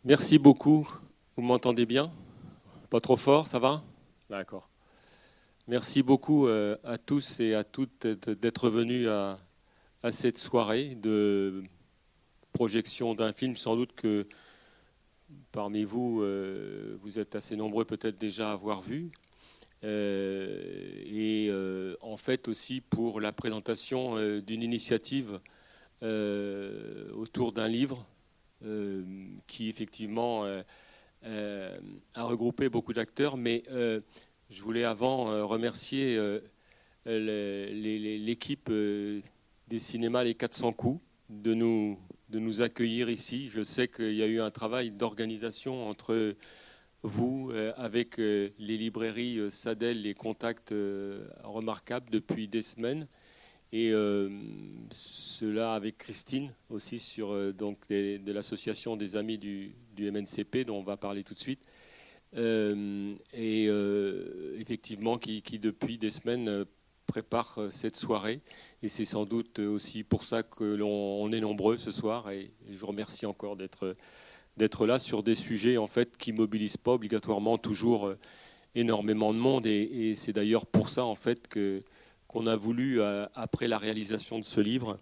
Merci beaucoup. Vous m'entendez bien? Pas trop fort, ça va? D'accord. Merci beaucoup à tous et à toutes d'être venus à cette soirée de projection d'un film. Sans doute que parmi vous, vous êtes assez nombreux peut-être déjà à avoir vu. En fait aussi pour la présentation d'une initiative autour d'un livre qui effectivement a regroupé beaucoup d'acteurs, mais je voulais avant remercier l'équipe des cinémas Les 400 coups de nous accueillir ici. Je sais qu'il y a eu un travail d'organisation entre vous, avec les librairies Sadel, les contacts remarquables depuis des semaines. Et cela avec Christine aussi sur de l'association des amis du MNCP dont on va parler tout de suite. Effectivement qui depuis des semaines prépare cette soirée. Et c'est sans doute aussi pour ça que l'on est nombreux ce soir. Et je vous remercie encore d'être là sur des sujets en fait qui mobilisent pas obligatoirement toujours énormément de monde. Et c'est d'ailleurs pour ça en fait qu'on a voulu, après la réalisation de ce livre,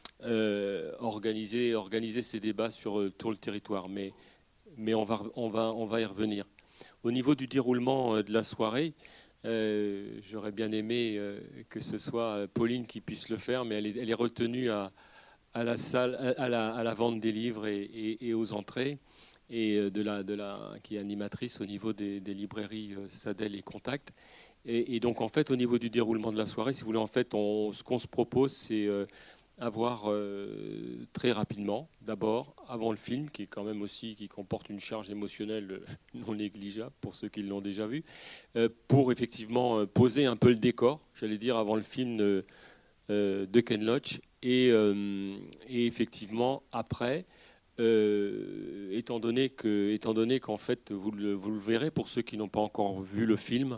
organiser ces débats sur tout le territoire. Mais on va y revenir. Au niveau du déroulement de la soirée, j'aurais bien aimé que ce soit Pauline qui puisse le faire, mais elle est retenue à la salle, à la vente des livres et aux entrées, et qui est animatrice au niveau des librairies Sadel et Contact. Et donc en fait, au niveau du déroulement de la soirée, si vous voulez, en fait, ce qu'on se propose, c'est avoir très rapidement, d'abord, avant le film, qui est quand même aussi, qui comporte une charge émotionnelle non négligeable pour ceux qui l'ont déjà vu, pour effectivement poser un peu le décor, j'allais dire, avant le film de Ken Loach, et effectivement, après, étant donné qu'en fait, vous le verrez, pour ceux qui n'ont pas encore vu le film,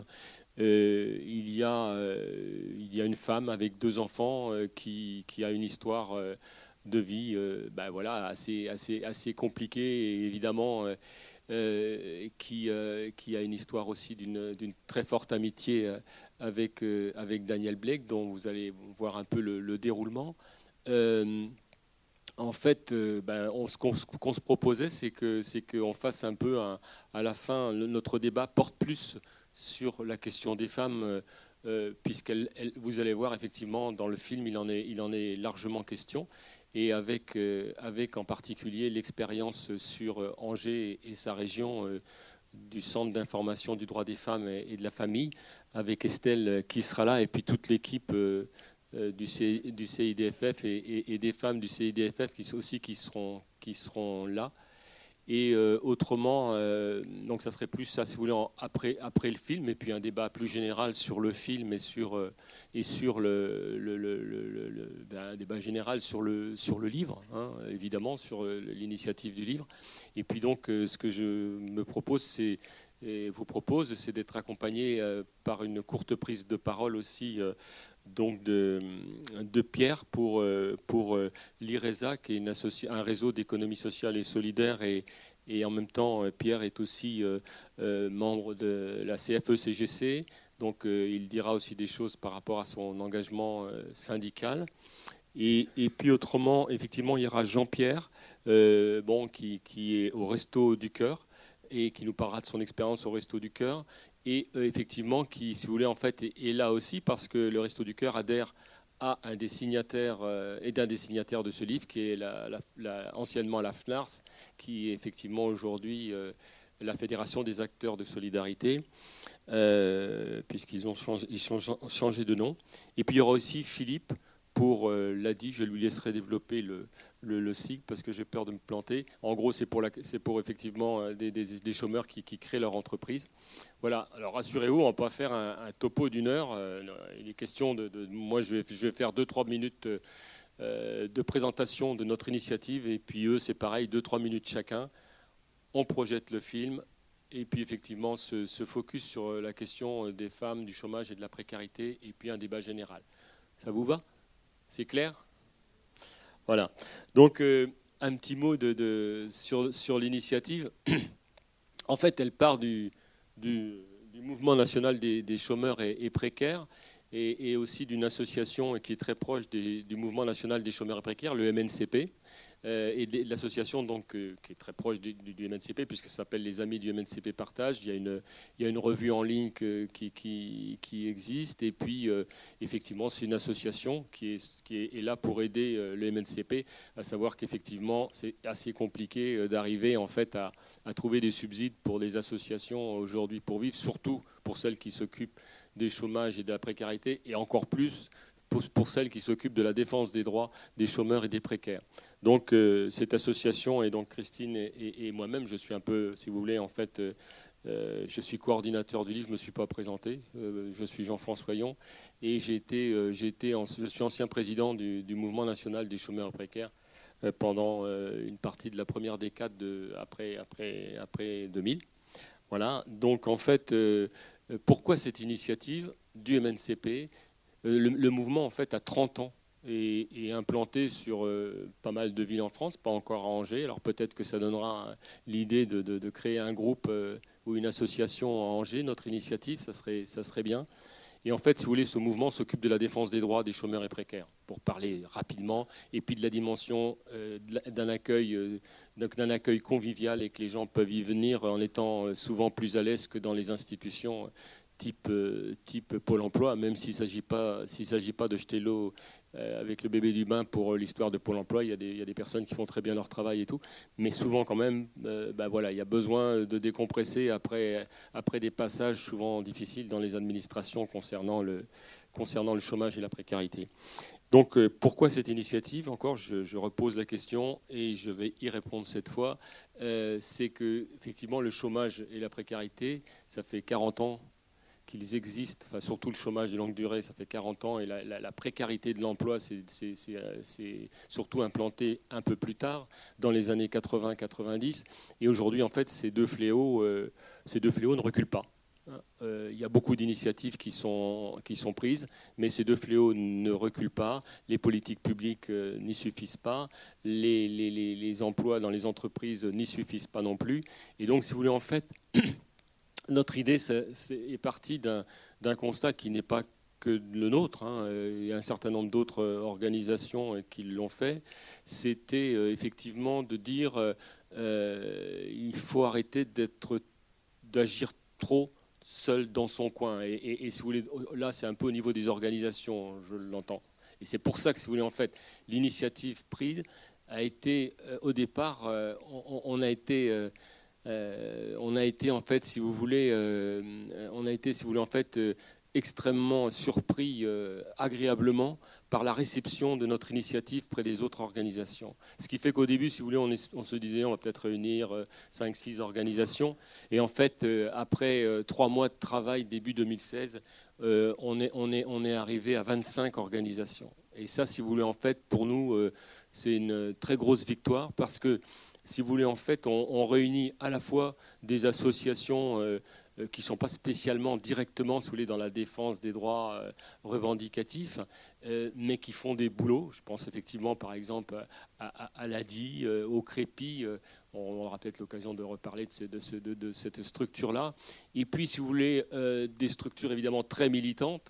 il y a une femme avec deux enfants qui a une histoire de vie ben voilà, assez compliquée, et évidemment qui a une histoire aussi d'une très forte amitié avec Daniel Blake, dont vous allez voir un peu le déroulement. Euh, En fait, ce qu'on se proposait, c'est qu'on fasse un peu à la fin, notre débat porte plus sur la question des femmes, puisque vous allez voir effectivement dans le film, il en est largement question, et avec en particulier l'expérience sur Angers et sa région du Centre d'information du droit des femmes et de la famille, avec Estelle qui sera là, et puis toute l'équipe du CIDFF et des femmes du CIDFF qui seront là. Et autrement, donc ça serait plus ça, si vous voulez, après le film, et puis un débat plus général sur le film et sur un débat général sur le livre, hein, évidemment, sur l'initiative du livre. Et puis donc, ce que je me propose, vous propose, c'est d'être accompagné par une courte prise de parole aussi donc de Pierre pour l'IRESA, qui est un réseau d'économie sociale et solidaire, et en même temps, Pierre est aussi membre de la CFE-CGC, donc il dira aussi des choses par rapport à son engagement syndical. Et puis autrement, effectivement, il y aura Jean-Pierre, qui est au Resto du Cœur et qui nous parlera de son expérience au Resto du Cœur. Et effectivement, qui, si vous voulez, en fait, est là aussi parce que le Resto du Cœur adhère à un des signataires et d'un des signataires de ce livre, qui est anciennement la FNARS, qui est effectivement aujourd'hui la Fédération des acteurs de solidarité, puisqu'ils ont changé de nom. Et puis il y aura aussi Philippe pour l'ADI. Je lui laisserai développer le SIG parce que j'ai peur de me planter. En gros, c'est pour effectivement des chômeurs qui créent leur entreprise. Voilà, alors rassurez-vous, on ne va pas faire un topo d'une heure. Il est question moi, je vais faire 2-3 minutes de présentation de notre initiative, et puis eux, c'est pareil, 2-3 minutes chacun. On projette le film, et puis effectivement, se focus sur la question des femmes, du chômage et de la précarité, et puis un débat général. Ça vous va ? C'est clair ? Voilà. Donc, un petit mot sur l'initiative. En fait, elle part du mouvement national des chômeurs et précaires, et aussi d'une association qui est très proche du mouvement national des chômeurs et précaires, le MNCP, et de l'association donc qui est très proche du MNCP, puisque ça s'appelle les Amis du MNCP Partage. Il y a une revue en ligne qui existe, et puis effectivement c'est une association qui est là pour aider le MNCP, à savoir qu'effectivement c'est assez compliqué d'arriver en fait à trouver des subsides pour les associations aujourd'hui pour vivre, surtout pour celles qui s'occupent des chômages et de la précarité, et encore plus pour celles qui s'occupent de la défense des droits des chômeurs et des précaires. Donc cette association, et donc Christine et moi-même, je suis un peu, si vous voulez, en fait, je suis coordinateur du livre, je ne me suis pas présenté, je suis Jean-François Yon, et je suis ancien président du mouvement national des chômeurs et précaires pendant une partie de la première décade après 2000. Voilà, donc en fait, pourquoi cette initiative du MNCP ? Le mouvement, en fait, a 30 ans et est implanté sur pas mal de villes en France, pas encore à Angers. Alors peut-être que ça donnera l'idée de créer un groupe ou une association à Angers. Notre initiative, ça serait bien. Et en fait, si vous voulez, ce mouvement s'occupe de la défense des droits des chômeurs et précaires, pour parler rapidement, et puis de la dimension d'un accueil convivial, et que les gens peuvent y venir en étant souvent plus à l'aise que dans les institutions type Pôle emploi, même s'il ne s'agit pas de jeter l'eau avec le bébé du bain pour l'histoire de Pôle emploi. Il y a des personnes qui font très bien leur travail et tout, mais souvent quand même, voilà, il y a besoin de décompresser après des passages souvent difficiles dans les administrations concernant le chômage et la précarité. Donc pourquoi cette initiative ? Encore, je repose la question et je vais y répondre cette fois. C'est que effectivement le chômage et la précarité, ça fait 40 ans qu'ils existent, enfin, surtout le chômage de longue durée, ça fait 40 ans, et la précarité de l'emploi, c'est surtout implanté un peu plus tard, dans les années 80-90. Et aujourd'hui, en fait, ces deux fléaux ne reculent pas. Il y a beaucoup d'initiatives qui sont prises, mais ces deux fléaux ne reculent pas. Les politiques publiques n'y suffisent pas. Les emplois dans les entreprises n'y suffisent pas non plus. Et donc, si vous voulez, en fait... Notre idée est partie d'un constat qui n'est pas que le nôtre. Il y a un certain nombre d'autres organisations qui l'ont fait. C'était effectivement de dire il faut arrêter d'agir trop seul dans son coin. Et si vous voulez, là, c'est un peu au niveau des organisations, je l'entends. Et c'est pour ça que, si vous voulez, en fait, l'initiative prise a été, au départ, on a été en fait, si vous voulez, en fait, extrêmement surpris agréablement par la réception de notre initiative près des autres organisations. Ce qui fait qu'au début, si vous voulez, on se disait on va peut-être réunir 5-6 organisations. Et en fait, après 3 mois de travail, début 2016, on est arrivé à 25 organisations. Et ça, si vous voulez, en fait, pour nous, c'est une très grosse victoire, parce que si vous voulez, en fait, on réunit à la fois des associations qui ne sont pas spécialement directement, si vous voulez, dans la défense des droits revendicatifs, mais qui font des boulots. Je pense effectivement, par exemple, à l'ADI, au Crépi. On aura peut-être l'occasion de reparler de cette structure-là. Et puis, si vous voulez, des structures évidemment très militantes,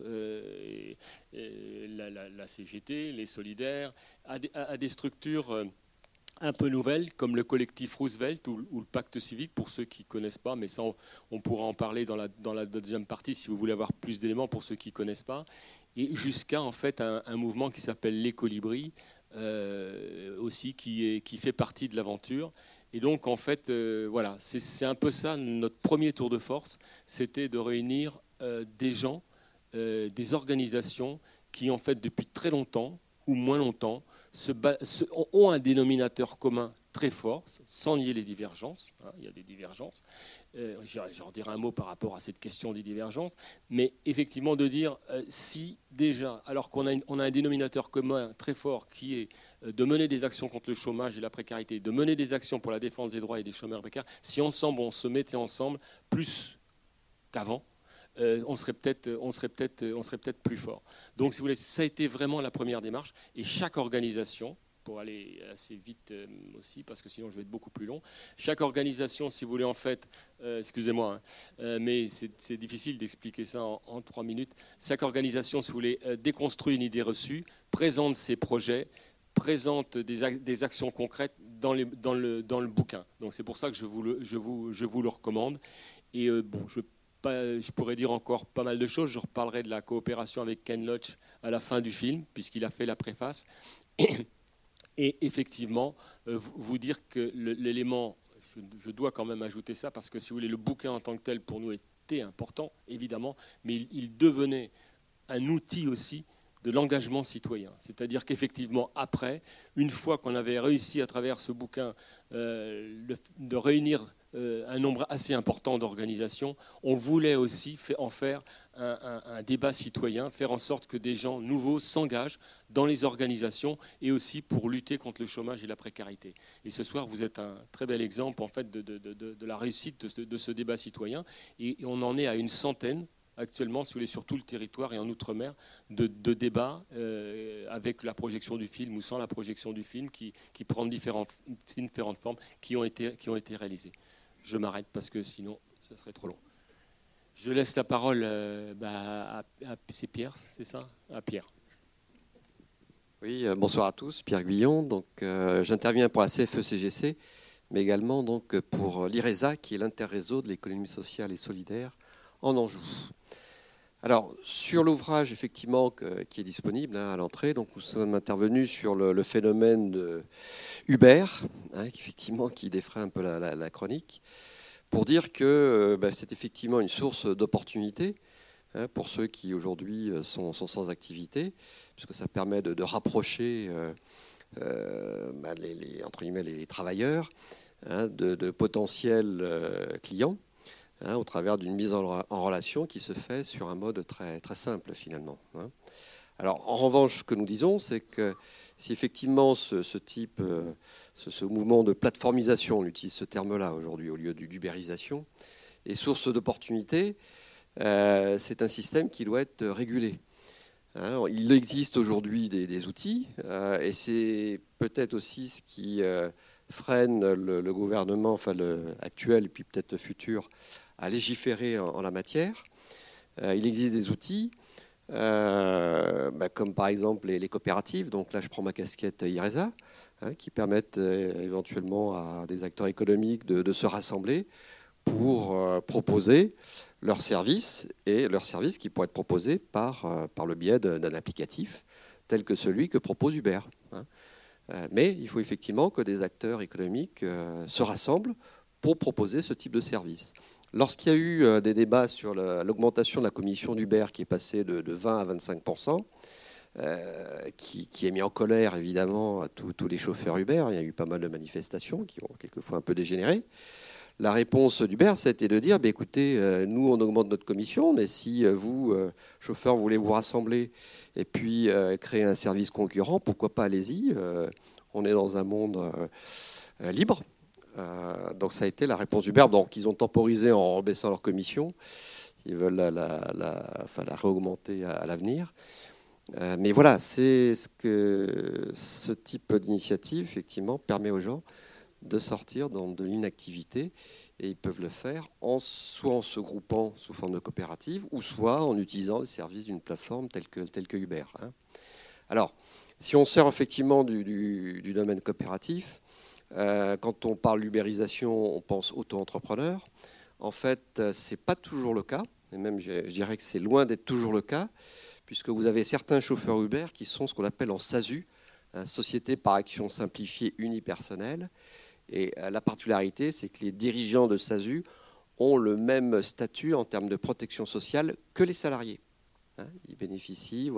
la CGT, les Solidaires, à des structures... un peu nouvelles, comme le collectif Roosevelt ou le pacte civique, pour ceux qui ne connaissent pas, mais ça, on pourra en parler dans la deuxième partie, si vous voulez avoir plus d'éléments pour ceux qui ne connaissent pas, et jusqu'à en fait un mouvement qui s'appelle les Colibris, aussi, qui fait partie de l'aventure. Et donc, en fait, voilà, c'est un peu ça, notre premier tour de force, c'était de réunir des gens, des organisations qui, en fait, depuis très longtemps, ou moins longtemps, ont un dénominateur commun très fort, sans nier les divergences. Il y a des divergences. J'en dirai un mot par rapport à cette question des divergences. Mais effectivement, de dire si déjà, alors qu'on a un dénominateur commun très fort qui est de mener des actions contre le chômage et la précarité, de mener des actions pour la défense des droits et des chômeurs précaires, si ensemble on se mettait ensemble plus qu'avant, on serait peut-être plus fort. Donc, si vous voulez, ça a été vraiment la première démarche. Et chaque organisation, pour aller assez vite aussi, parce que sinon je vais être beaucoup plus long. Chaque organisation, si vous voulez, en fait, excusez-moi, hein, mais c'est difficile d'expliquer ça en 3 minutes. Chaque organisation, si vous voulez, déconstruit une idée reçue, présente ses projets, présente des actions concrètes dans le bouquin. Donc c'est pour ça que je vous le recommande. Et bon, je pourrais dire encore pas mal de choses. Je reparlerai de la coopération avec Ken Loach à la fin du film, puisqu'il a fait la préface. Et effectivement, vous dire que l'élément, je dois quand même ajouter ça, parce que si vous voulez, le bouquin en tant que tel, pour nous, était important, évidemment, mais il devenait un outil aussi de l'engagement citoyen. C'est-à-dire qu'effectivement, après, une fois qu'on avait réussi à travers ce bouquin de réunir un nombre assez important d'organisations, on voulait aussi en faire un débat citoyen, faire en sorte que des gens nouveaux s'engagent dans les organisations et aussi pour lutter contre le chômage et la précarité. Et ce soir, vous êtes un très bel exemple en fait, de la réussite de ce débat citoyen. Et on en est à une centaine actuellement, si vous voulez, sur tout le territoire et en Outre-mer, de débats avec la projection du film ou sans la projection du film qui prend différentes formes qui ont été réalisées. Je m'arrête parce que sinon, ce serait trop long. Je laisse la parole c'est Pierre, c'est ça ? À Pierre. Oui, bonsoir à tous, Pierre Guillon. Donc, j'interviens pour la CFE-CGC, mais également donc, pour l'IRESA, qui est l'interréseau de l'économie sociale et solidaire en Anjou. Alors, sur l'ouvrage effectivement qui est disponible à l'entrée, donc nous sommes intervenus sur le phénomène de Uber, effectivement qui défraie un peu la chronique, pour dire que c'est effectivement une source d'opportunité pour ceux qui aujourd'hui sont sans activité, puisque ça permet de rapprocher entre guillemets, les travailleurs de potentiels clients. Au travers d'une mise en relation qui se fait sur un mode très, très simple finalement. Alors en revanche, ce que nous disons, c'est que si effectivement ce type, ce mouvement de plateformisation, on utilise ce terme-là aujourd'hui au lieu d'ubérisation, est source d'opportunités, c'est un système qui doit être régulé. Il existe aujourd'hui des outils, et c'est peut-être aussi ce qui freine le gouvernement, actuel et puis peut-être futur, à légiférer en la matière. Il existe des outils, comme par exemple les coopératives. Donc là, je prends ma casquette IRESA, qui permettent éventuellement à des acteurs économiques de se rassembler pour proposer leurs services, et leurs services qui pourraient être proposés par le biais d'un applicatif tel que celui que propose Uber. Mais il faut effectivement que des acteurs économiques se rassemblent pour proposer ce type de service. Lorsqu'il y a eu des débats sur l'augmentation de la commission d'Uber qui est passée de 20 à 25%, qui a mis en colère évidemment tous les chauffeurs Uber, il y a eu pas mal de manifestations qui ont quelquefois un peu dégénéré. La réponse d'Uber, ça a été de dire écoutez, nous on augmente notre commission, mais si vous, chauffeurs, voulez vous rassembler et puis créer un service concurrent, pourquoi pas, allez-y. On est dans un monde libre. Donc ça a été la réponse d'Uber. Donc ils ont temporisé en rebaissant leur commission. Ils veulent la réaugmenter à l'avenir. Mais voilà, c'est ce type d'initiative, effectivement, permet aux gens de sortir de l'inactivité, et ils peuvent le faire soit en se groupant sous forme de coopérative, ou soit en utilisant les services d'une plateforme telle que Uber. Alors, si on sort effectivement du domaine coopératif, quand on parle d'ubérisation, on pense auto-entrepreneur. En fait, ce n'est pas toujours le cas, et même je dirais que c'est loin d'être toujours le cas, puisque vous avez certains chauffeurs Uber qui sont ce qu'on appelle en SASU, Société par action simplifiée unipersonnelle. Et la particularité, c'est que les dirigeants de SASU ont le même statut en termes de protection sociale que les salariés. Ils bénéficient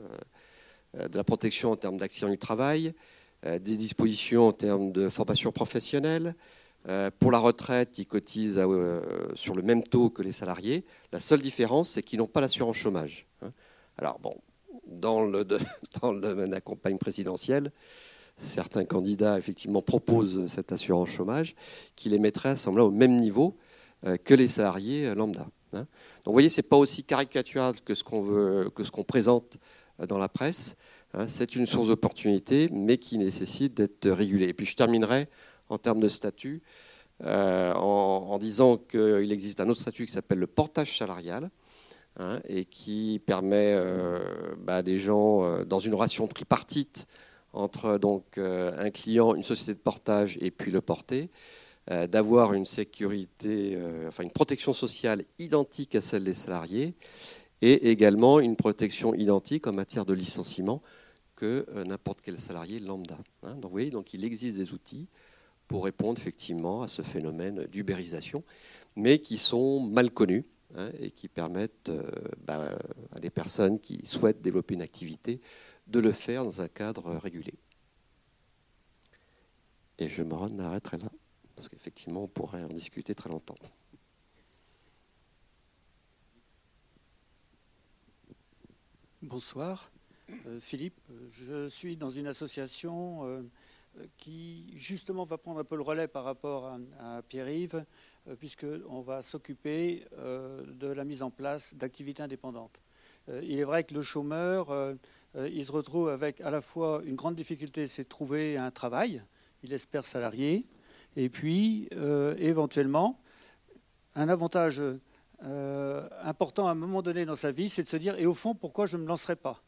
de la protection en termes d'accident du travail, des dispositions en termes de formation professionnelle. Pour la retraite, ils cotisent sur le même taux que les salariés. La seule différence, c'est qu'ils n'ont pas l'assurance chômage. Alors bon, dans le domaine de la campagne présidentielle, certains candidats, effectivement, proposent cette assurance chômage qui les mettrait, semble au même niveau que les salariés lambda. Donc, vous voyez, ce n'est pas aussi caricatural que ce qu'on présente dans la presse. Hein, c'est une source d'opportunité, mais qui nécessite d'être régulée. Et puis je terminerai en termes de statut en disant qu'il existe un autre statut qui s'appelle le portage salarial, hein, et qui permet à des gens dans une relation tripartite entre donc, un client, une société de portage et puis le porté, d'avoir une sécurité, une protection sociale identique à celle des salariés et également une protection identique en matière de licenciement que n'importe quel salarié lambda. Hein. Donc, vous voyez, donc il existe des outils pour répondre effectivement à ce phénomène d'ubérisation, mais qui sont mal connus, hein, et qui permettent à des personnes qui souhaitent développer une activité de le faire dans un cadre régulé. Et je m'arrêterai là, parce qu'effectivement, on pourrait en discuter très longtemps. Bonsoir, Philippe. Je suis dans une association qui, justement, va prendre un peu le relais par rapport à Pierre-Yves, puisqu'on va s'occuper de la mise en place d'activités indépendantes. Il est vrai que le chômeur, il se retrouve avec à la fois une grande difficulté, c'est de trouver un travail. Il espère salarié. Et puis, éventuellement, un avantage important à un moment donné dans sa vie, c'est de se dire, et au fond, pourquoi je ne me lancerai pas?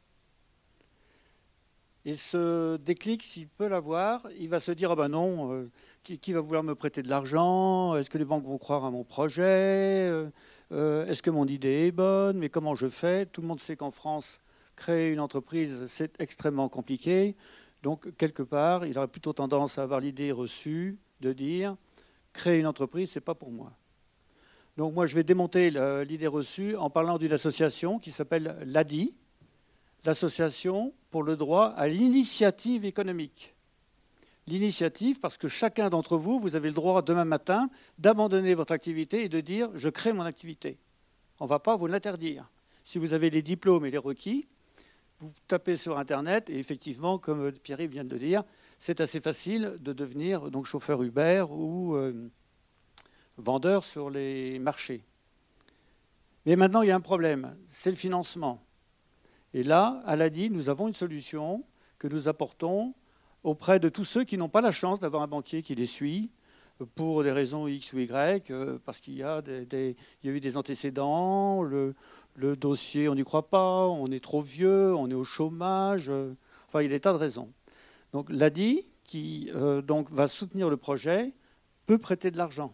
Et ce déclic, s'il peut l'avoir, il va se dire, ah ben non, qui va vouloir me prêter de l'argent? Est-ce que les banques vont croire à mon projet? Est-ce que mon idée est bonne? Mais comment je fais? Tout le monde sait qu'en France, créer une entreprise, c'est extrêmement compliqué. Donc, quelque part, il aurait plutôt tendance à avoir l'idée reçue de dire, créer une entreprise, ce n'est pas pour moi. Donc, moi, je vais démonter l'idée reçue en parlant d'une association qui s'appelle l'ADI, l'Association pour le droit à l'initiative économique. L'initiative, parce que chacun d'entre vous, vous avez le droit demain matin d'abandonner votre activité et de dire « je crée mon activité ». On ne va pas vous l'interdire. Si vous avez les diplômes et les requis, vous tapez sur Internet et effectivement, comme Pierre-Yves vient de le dire, c'est assez facile de devenir donc, chauffeur Uber ou vendeur sur les marchés. Mais maintenant, il y a un problème, c'est le financement. Et là, à l'ADI, nous avons une solution que nous apportons auprès de tous ceux qui n'ont pas la chance d'avoir un banquier qui les suit pour des raisons X ou Y, parce qu'il y a eu des antécédents, le dossier, on n'y croit pas, on est trop vieux, on est au chômage, enfin, il y a des tas de raisons. Donc l'ADI, qui donc, va soutenir le projet, peut prêter de l'argent.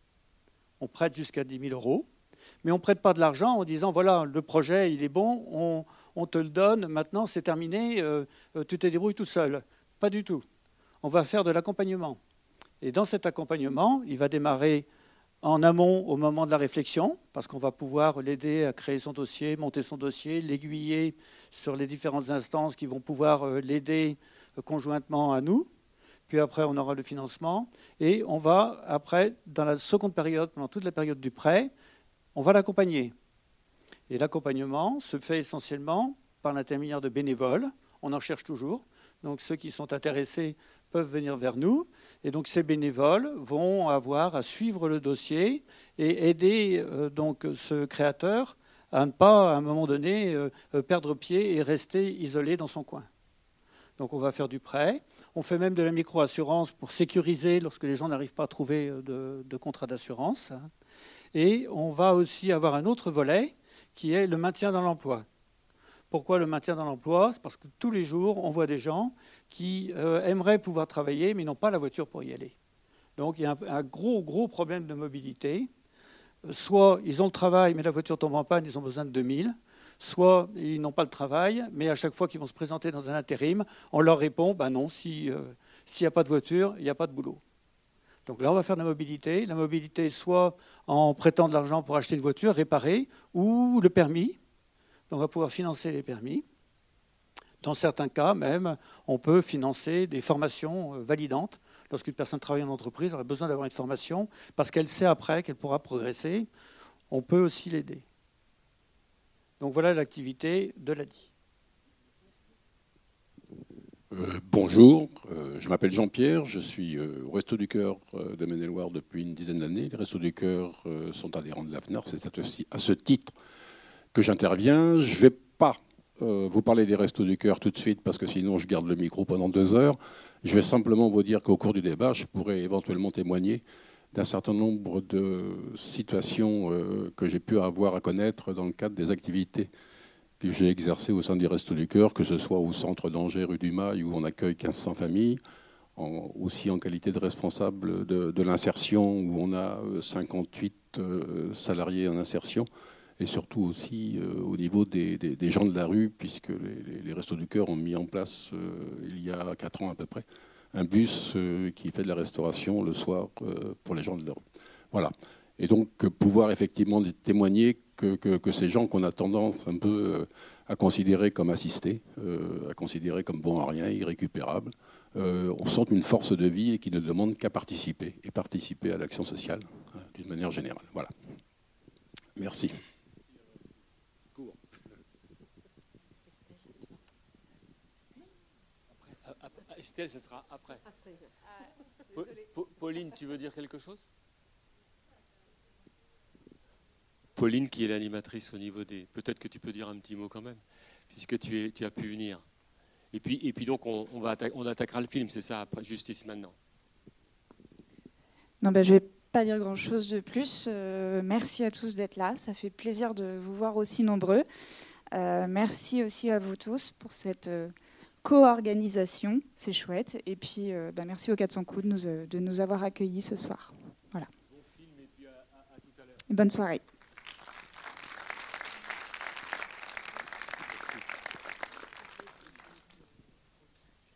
On prête jusqu'à 10 000 euros, mais on ne prête pas de l'argent en disant, voilà, le projet, il est bon, on te le donne, maintenant c'est terminé, tu te débrouilles tout seul. Pas du tout. On va faire de l'accompagnement. Et dans cet accompagnement, il va démarrer en amont au moment de la réflexion, parce qu'on va pouvoir l'aider à créer son dossier, monter son dossier, l'aiguiller sur les différentes instances qui vont pouvoir l'aider conjointement à nous. Puis après, on aura le financement. Et on va, après, dans la seconde période, pendant toute la période du prêt, on va l'accompagner. Et l'accompagnement se fait essentiellement par l'intermédiaire de bénévoles. On en cherche toujours. Donc ceux qui sont intéressés peuvent venir vers nous. Et donc ces bénévoles vont avoir à suivre le dossier et aider donc ce créateur à ne pas, à un moment donné, perdre pied et rester isolé dans son coin. Donc on va faire du prêt. On fait même de la micro-assurance pour sécuriser lorsque les gens n'arrivent pas à trouver de contrat d'assurance. Et on va aussi avoir un autre volet qui est le maintien dans l'emploi. Pourquoi le maintien dans l'emploi? C'est parce que tous les jours, on voit des gens qui aimeraient pouvoir travailler, mais n'ont pas la voiture pour y aller. Donc il y a un gros problème de mobilité. Soit ils ont le travail, mais la voiture tombe en panne, ils ont besoin de 2000. Soit ils n'ont pas le travail, mais à chaque fois qu'ils vont se présenter dans un intérim, on leur répond, ben non, s'il n'y a pas de voiture, il n'y a pas de boulot. Donc là, on va faire de la mobilité. La mobilité, soit en prêtant de l'argent pour acheter une voiture, réparer, ou le permis. Donc on va pouvoir financer les permis. Dans certains cas, même, on peut financer des formations validantes. Lorsqu'une personne travaille en entreprise, elle a besoin d'avoir une formation, parce qu'elle sait après qu'elle pourra progresser. On peut aussi l'aider. Donc voilà l'activité de l'ADI. Bonjour, je m'appelle Jean-Pierre, je suis au Resto du Cœur de Maine-et-Loire depuis une dizaine d'années. Les Restos du Cœur sont adhérents de l'AFNAR, c'est à ce titre que j'interviens. Je ne vais pas vous parlez des Restos du Cœur tout de suite, parce que sinon je garde le micro pendant 2 heures. Je vais simplement vous dire qu'au cours du débat, je pourrais éventuellement témoigner d'un certain nombre de situations que j'ai pu avoir à connaître dans le cadre des activités que j'ai exercées au sein des Restos du Cœur, que ce soit au centre d'Angers, rue du Mail, où on accueille 1500 familles, aussi en qualité de responsable de l'insertion, où on a 58 salariés en insertion, et surtout aussi au niveau des gens de la rue, puisque les Restos du Cœur ont mis en place, il y a 4 ans à peu près, un bus qui fait de la restauration le soir pour les gens de la rue. Voilà. Et donc pouvoir effectivement témoigner que ces gens qu'on a tendance un peu à considérer comme assistés, à considérer comme bons à rien, irrécupérables, on sent une force de vie et qui ne demande qu'à participer, et participer à l'action sociale d'une manière générale. Voilà. Merci. Estelle, ce sera après. Pauline, tu veux dire quelque chose? Pauline, qui est l'animatrice au niveau des... Peut-être que tu peux dire un petit mot quand même, puisque tu as pu venir. Et puis donc, on attaquera le film, c'est ça, après, juste ici maintenant. Non, je ne vais pas dire grand-chose de plus. Merci à tous d'être là. Ça fait plaisir de vous voir aussi nombreux. Merci aussi à vous tous pour cette... co-organisation, c'est chouette. Et puis, merci aux 400 coups de nous avoir accueillis ce soir. Voilà. Bon film et puis à tout à l'heure. Bonne soirée.